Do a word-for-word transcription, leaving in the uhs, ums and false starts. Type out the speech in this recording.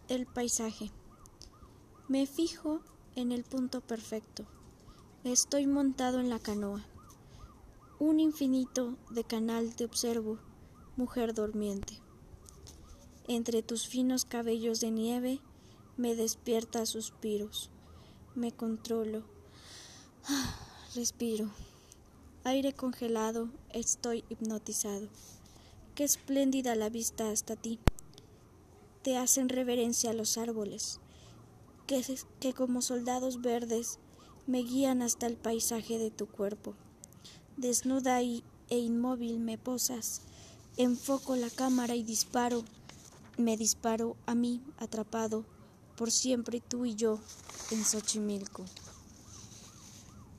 El paisaje. Me fijo en el punto perfecto. Estoy montado en la canoa. Un infinito de canal te observo, mujer durmiente. Entre tus finos cabellos de nieve me despierta suspiros. Me controlo. Respiro. Aire congelado, estoy hipnotizado. Qué espléndida la vista hasta ti. Te hacen reverencia a los árboles, que, que como soldados verdes me guían hasta el paisaje de tu cuerpo. Desnuda y, e inmóvil me posas, enfoco la cámara y disparo, me disparo a mí atrapado, por siempre tú y yo en Xochimilco.